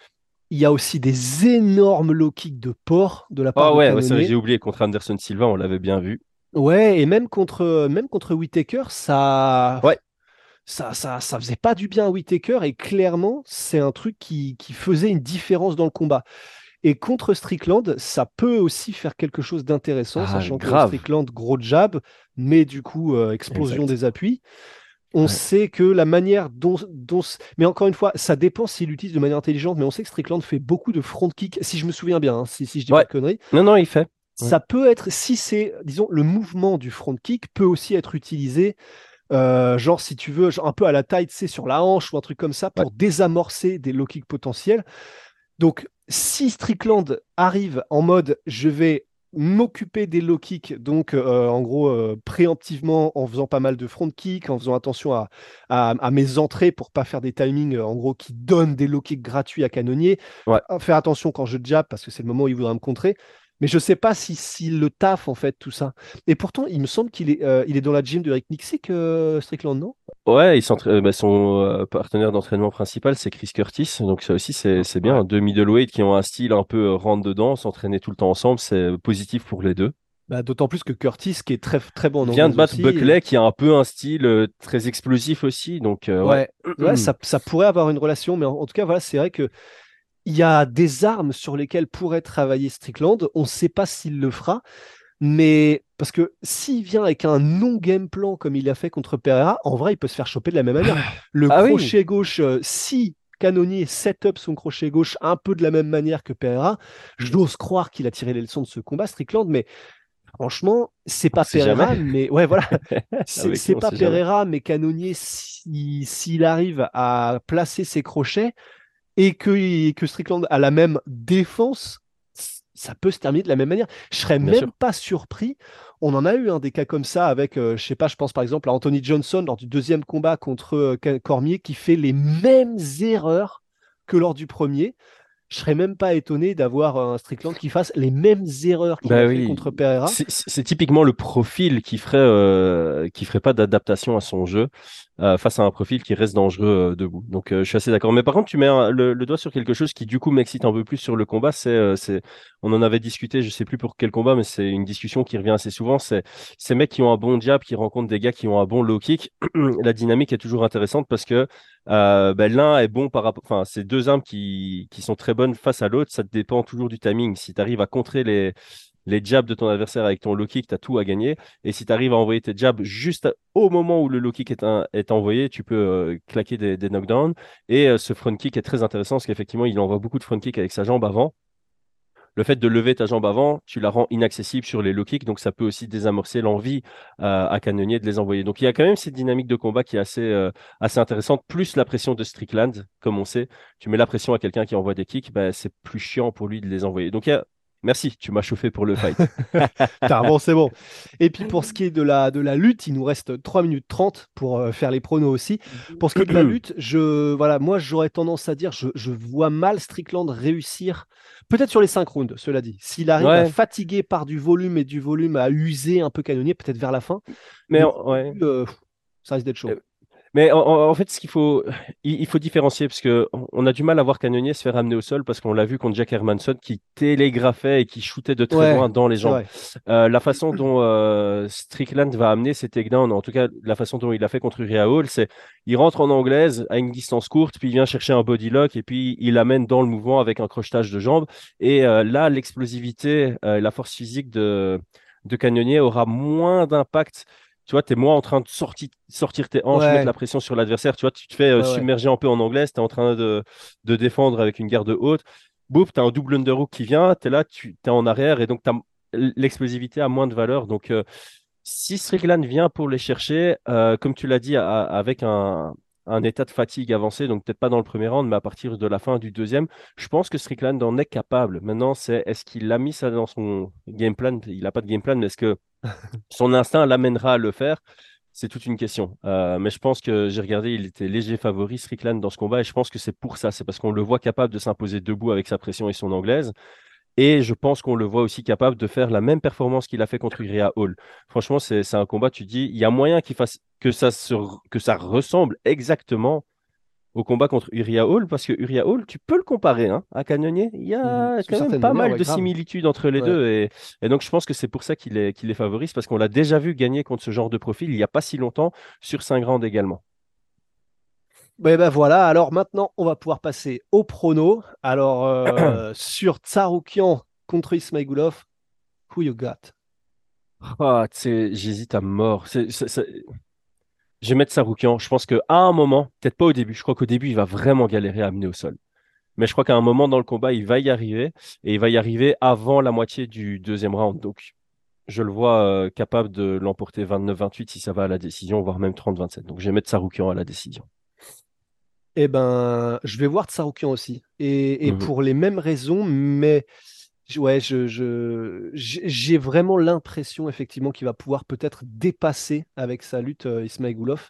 Il y a aussi des énormes low kicks de porc de la part Ah de ouais, ouais, c'est vrai, j'ai Canonnier. oublié contre Anderson Silva, on l'avait bien vu. Ouais, et même contre, même contre Whittaker, ça, Ouais, ça, ça, ça faisait pas du bien à Whittaker, et clairement, c'est un truc qui, qui faisait une différence dans le combat. Et contre Strickland, ça peut aussi faire quelque chose d'intéressant, ah, sachant que grave. Strickland, gros jab, mais du coup, euh, explosion Exact. des appuis. On Ouais. sait que la manière dont, dont- Mais encore une fois, ça dépend s'il l'utilise de manière intelligente, mais on sait que Strickland fait beaucoup de front kick, si je me souviens bien, hein, si, si je dis pas Ouais. de conneries. Non, non, il fait. Ouais. Ça peut être, si c'est, disons, le mouvement du front kick peut aussi être utilisé, euh, genre si tu veux, genre un peu à la taille, tu sais, sur la hanche ou un truc comme ça, Ouais. pour désamorcer des low kicks potentiels. Donc, si Strickland arrive en mode je vais m'occuper des low kicks, donc euh, en gros euh, préemptivement en faisant pas mal de front kick, en faisant attention à, à- à mes entrées pour pas faire des timings euh, en gros qui donnent des low kicks gratuits à Canonnier, Ouais. F- faire attention quand je jab parce que c'est le moment où il voudra me contrer. Mais je sais pas si s'il le taffe en fait tout ça. Et pourtant, il me semble qu'il est, euh, il est dans la gym de Rick Nixick, euh, Strickland, non? Ouais, il s'entra- euh, bah, son euh, partenaire d'entraînement principal, c'est Chris Curtis. Donc ça aussi, c'est c'est Ouais. bien. Deux middleweight qui ont un style un peu euh, rentre-dedans, s'entraîner tout le temps ensemble, c'est positif pour les deux. Bah, d'autant plus que Curtis, qui est très très bon en Il vient de anglaise battre aussi. Buckley, qui a un peu un style euh, très explosif aussi. Donc euh, ouais. Ouais, ouais, ça, ça pourrait avoir une relation, mais en, en tout cas, voilà, c'est vrai que il y a des armes sur lesquelles pourrait travailler Strickland. On ne sait pas s'il le fera, mais parce que s'il vient avec un non-game plan comme il a fait contre Pereira, en vrai, il peut se faire choper de la même manière. Le Ah oui, crochet gauche, euh, si Cannonier set up son crochet gauche un peu de la même manière que Pereira, j'ose croire qu'il a tiré les leçons de ce combat, Strickland, mais franchement, c'est on pas sait jamais. Pereira, mais ouais, voilà. C'est Avec lui, c'est on pas sait jamais. Pereira, mais Cannonier, si- s'il arrive à placer ses crochets et que, que Strickland a la même défense, ça peut se terminer de la même manière. Je serais Bien même sûr. pas surpris. On en a eu hein, des cas comme ça avec, euh, je sais pas, je pense par exemple à Anthony Johnson lors du deuxième combat contre euh, Cormier qui fait les mêmes erreurs que lors du premier. Je serais même pas étonné d'avoir un Strickland qui fasse les mêmes erreurs qu'il Bah a fait oui, contre Pereira. c'est c'est- c'est typiquement le profil qui ferait, euh, qui ferait pas d'adaptation à son jeu euh, face à un profil qui reste dangereux euh, debout. Donc euh, je suis assez d'accord. Mais par contre, tu mets un- le, le doigt sur quelque chose qui du coup m'excite un peu plus sur le combat. C'est, euh, c'est, on en avait discuté, je sais plus pour quel combat, mais c'est une discussion qui revient assez souvent. C'est ces mecs qui ont un bon jab, qui rencontrent des gars qui ont un bon low kick. La dynamique est toujours intéressante parce que euh, ben, l'un est bon par rapport, enfin, c'est deux armes qui, qui sont très bonnes face à l'autre. Ça dépend toujours du timing. Si tu arrives à contrer les, les jabs de ton adversaire avec ton low kick, tu as tout à gagner. Et si tu arrives à envoyer tes jabs juste au moment où le low kick est, un- est envoyé, tu peux euh, claquer des, des knockdowns. Et euh, ce front kick est très intéressant parce qu'effectivement, il envoie beaucoup de front kick avec sa jambe avant. Le fait de lever ta jambe avant, tu la rends inaccessible sur les low kicks, donc ça peut aussi désamorcer l'envie euh, à Cannonier de les envoyer. Donc il y a quand même cette dynamique de combat qui est assez, euh, assez intéressante, plus la pression de Strickland, comme on sait. Tu mets la pression à quelqu'un qui envoie des kicks, bah, c'est plus chiant pour lui de les envoyer. Donc il y a... merci, tu m'as chauffé pour le fight. Putain, bon, c'est bon. Et puis pour ce qui est de la, de la lutte, il nous reste trois minutes trente pour euh, faire les pronos aussi. Pour ce qui est de la lutte, je, voilà, moi j'aurais tendance à dire, je, je vois mal Strickland réussir, peut-être sur les cinq rounds, cela dit. S'il arrive à Ouais, fatiguer par du volume et du volume à user un peu Canonnier, peut-être vers la fin, mais mais en- au ouais. début, euh, ça risque d'être chaud. Mais en, en- en fait, ce qu'il faut, il, il faut différencier parce que on on a du mal à voir Cannonier se faire amener au sol parce qu'on l'a vu contre Jack Hermanson qui télégraphait et qui shootait de très Ouais, loin dans les c'est jambes. vrai. Euh, la façon dont euh, Strickland va amener ses takedowns, en tout cas la façon dont il l'a fait contre Uriah Hall, c'est il rentre en anglaise à une distance courte, puis il vient chercher un body lock et puis il l'amène dans le mouvement avec un crochetage de jambes. Et euh, là, l'explosivité, euh, et la force physique de, de Cannonier aura moins d'impact. Tu vois, tu es moins en train de sortir, sortir tes hanches, mettre Ouais, la pression sur l'adversaire. Tu vois, tu te fais euh, ouais, ouais. submerger un peu en anglaise, tu es en train de, de défendre avec une garde haute. Boum, tu as un double underhook qui vient, tu es là, tu es en arrière et donc t'as- l'explosivité a moins de valeur. Donc, euh, si Strickland vient pour les chercher, euh, comme tu l'as dit, à- avec un, un état de fatigue avancé, donc peut-être pas dans le premier round, mais à partir de la fin du deuxième, je pense que Strickland en est capable. Maintenant, c'est est-ce qu'il a mis ça dans son game plan? Il n'a pas de game plan, mais est-ce que son instinct l'amènera à le faire? C'est toute une question. Euh, mais je pense que j'ai regardé, il était léger favori, Strickland, dans ce combat, et je pense que c'est pour ça. C'est parce qu'on le voit capable de s'imposer debout avec sa pression et son anglaise. Et je pense qu'on le voit aussi capable de faire la même performance qu'il a fait contre Uriah Hall. Franchement, c'est c'est un combat, tu dis, il y a moyen qu'il fasse que ça, se, que ça ressemble exactement au combat contre Uriah Hall, parce que Uriah Hall, tu peux le comparer hein, à Cannonier. Il y Mhm. a Sous quand même certaines pas manières, mal ouais, de grave. similitudes entre les Ouais. deux. Et, et donc, je pense que c'est pour ça qu'il est, qu'il est favorise, parce qu'on l'a déjà vu gagner contre ce genre de profil il n'y a pas si longtemps sur cinq rounds également. Ben, ben voilà, alors maintenant, on va pouvoir passer au prono. Alors, euh, sur Tsaroukian contre Ismailov, who you got? Ah, tu sais, j'hésite à mort. C'est, c'est- c'est- Je vais mettre Saroukian. Je pense qu'à un moment, peut-être pas au début, je crois qu'au début, il va vraiment galérer à amener au sol. Mais je crois qu'à un moment dans le combat, il va y arriver. Et il va y arriver avant la moitié du deuxième round. Donc, je le vois euh, capable de l'emporter vingt-neuf vingt-huit si ça va à la décision, voire même trente vingt-sept. Donc, je vais mettre Saroukian à la décision. Eh ben, je vais voir Tsaroukian aussi. Et, et Mhm. pour les mêmes raisons, mais j- ouais, je, je- j'ai j'ai vraiment l'impression effectivement qu'il va pouvoir peut-être dépasser avec sa lutte euh, Ismailov.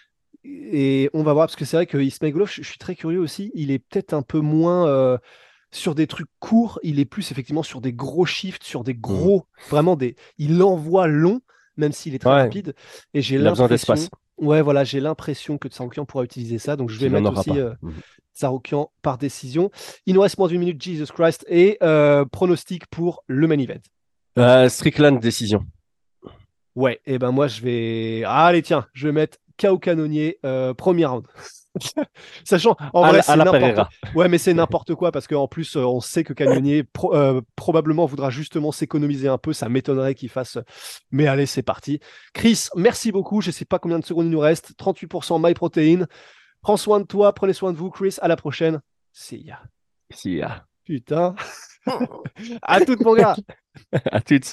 Et on va voir, parce que c'est vrai que Ismailov, je, je suis très curieux aussi, il est peut-être un peu moins euh, sur des trucs courts, il est plus effectivement sur des gros shifts, sur des Mhm. gros, vraiment des, il envoie long, même s'il est très Ouais, rapide. Et j'ai il a besoin d'espace, l'impression, ouais, voilà, j'ai l'impression que Tsaroukian pourra utiliser ça, donc je vais qu'il n'en mettre aura aussi pas. euh, Mhm. Tsaroukian par décision. Il nous reste moins d'une minute, Jesus Christ, et euh, pronostic pour le main event. Euh, Strickland, décision. Ouais, et ben moi je vais, ah, allez tiens, je vais mettre K O Canonnier euh, premier round. Sachant, en À vrai, la, à c'est la n'importe. Pereira. Ouais, mais c'est n'importe quoi parce qu'en plus, euh, on sait que Canonnier pro- euh, probablement voudra justement s'économiser un peu. Ça m'étonnerait qu'il fasse. Mais allez, c'est parti. Chris, merci beaucoup. Je sais pas combien de secondes il nous reste. trente-huit pour cent MyProtein. Prends soin de toi. Prenez soin de vous, Chris. À la prochaine. See ya. Si, à, Putain. À toute, mon gars. à toutes.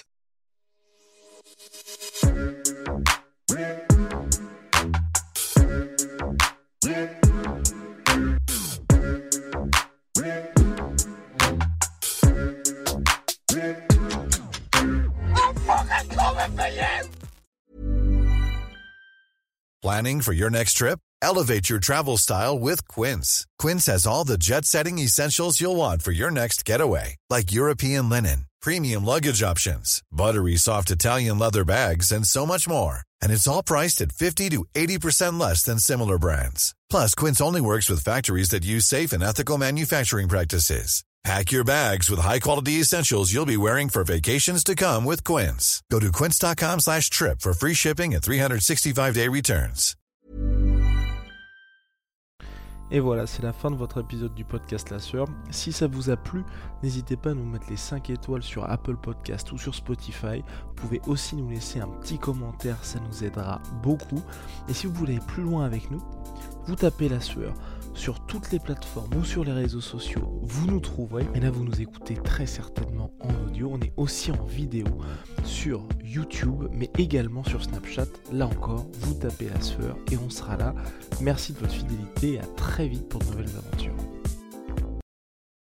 Planning for your next trip? Elevate your travel style with Quince. Quince has all the jet-setting essentials you'll want for your next getaway, like European linen, premium luggage options, buttery soft Italian leather bags, and so much more. And it's all priced at fifty to eighty percent less than similar brands. Plus, Quince only works with factories that use safe and ethical manufacturing practices. Pack your bags with high-quality essentials you'll be wearing for vacations to come with Quince. Go to quince.com slash trip for free shipping and three sixty-five day returns. Et voilà, c'est la fin de votre épisode du podcast La Sueur. Si ça vous a plu, n'hésitez pas à nous mettre les cinq étoiles sur Apple Podcast ou sur Spotify. Vous pouvez aussi nous laisser un petit commentaire, ça nous aidera beaucoup. Et si vous voulez aller plus loin avec nous, vous tapez La Sueur sur toutes les plateformes ou sur les réseaux sociaux, vous nous trouverez. Et là, vous nous écoutez très certainement en audio. On est aussi en vidéo sur YouTube, mais également sur Snapchat. Là encore, vous tapez La Sueur et on sera là. Merci de votre fidélité et à très vite pour de nouvelles aventures.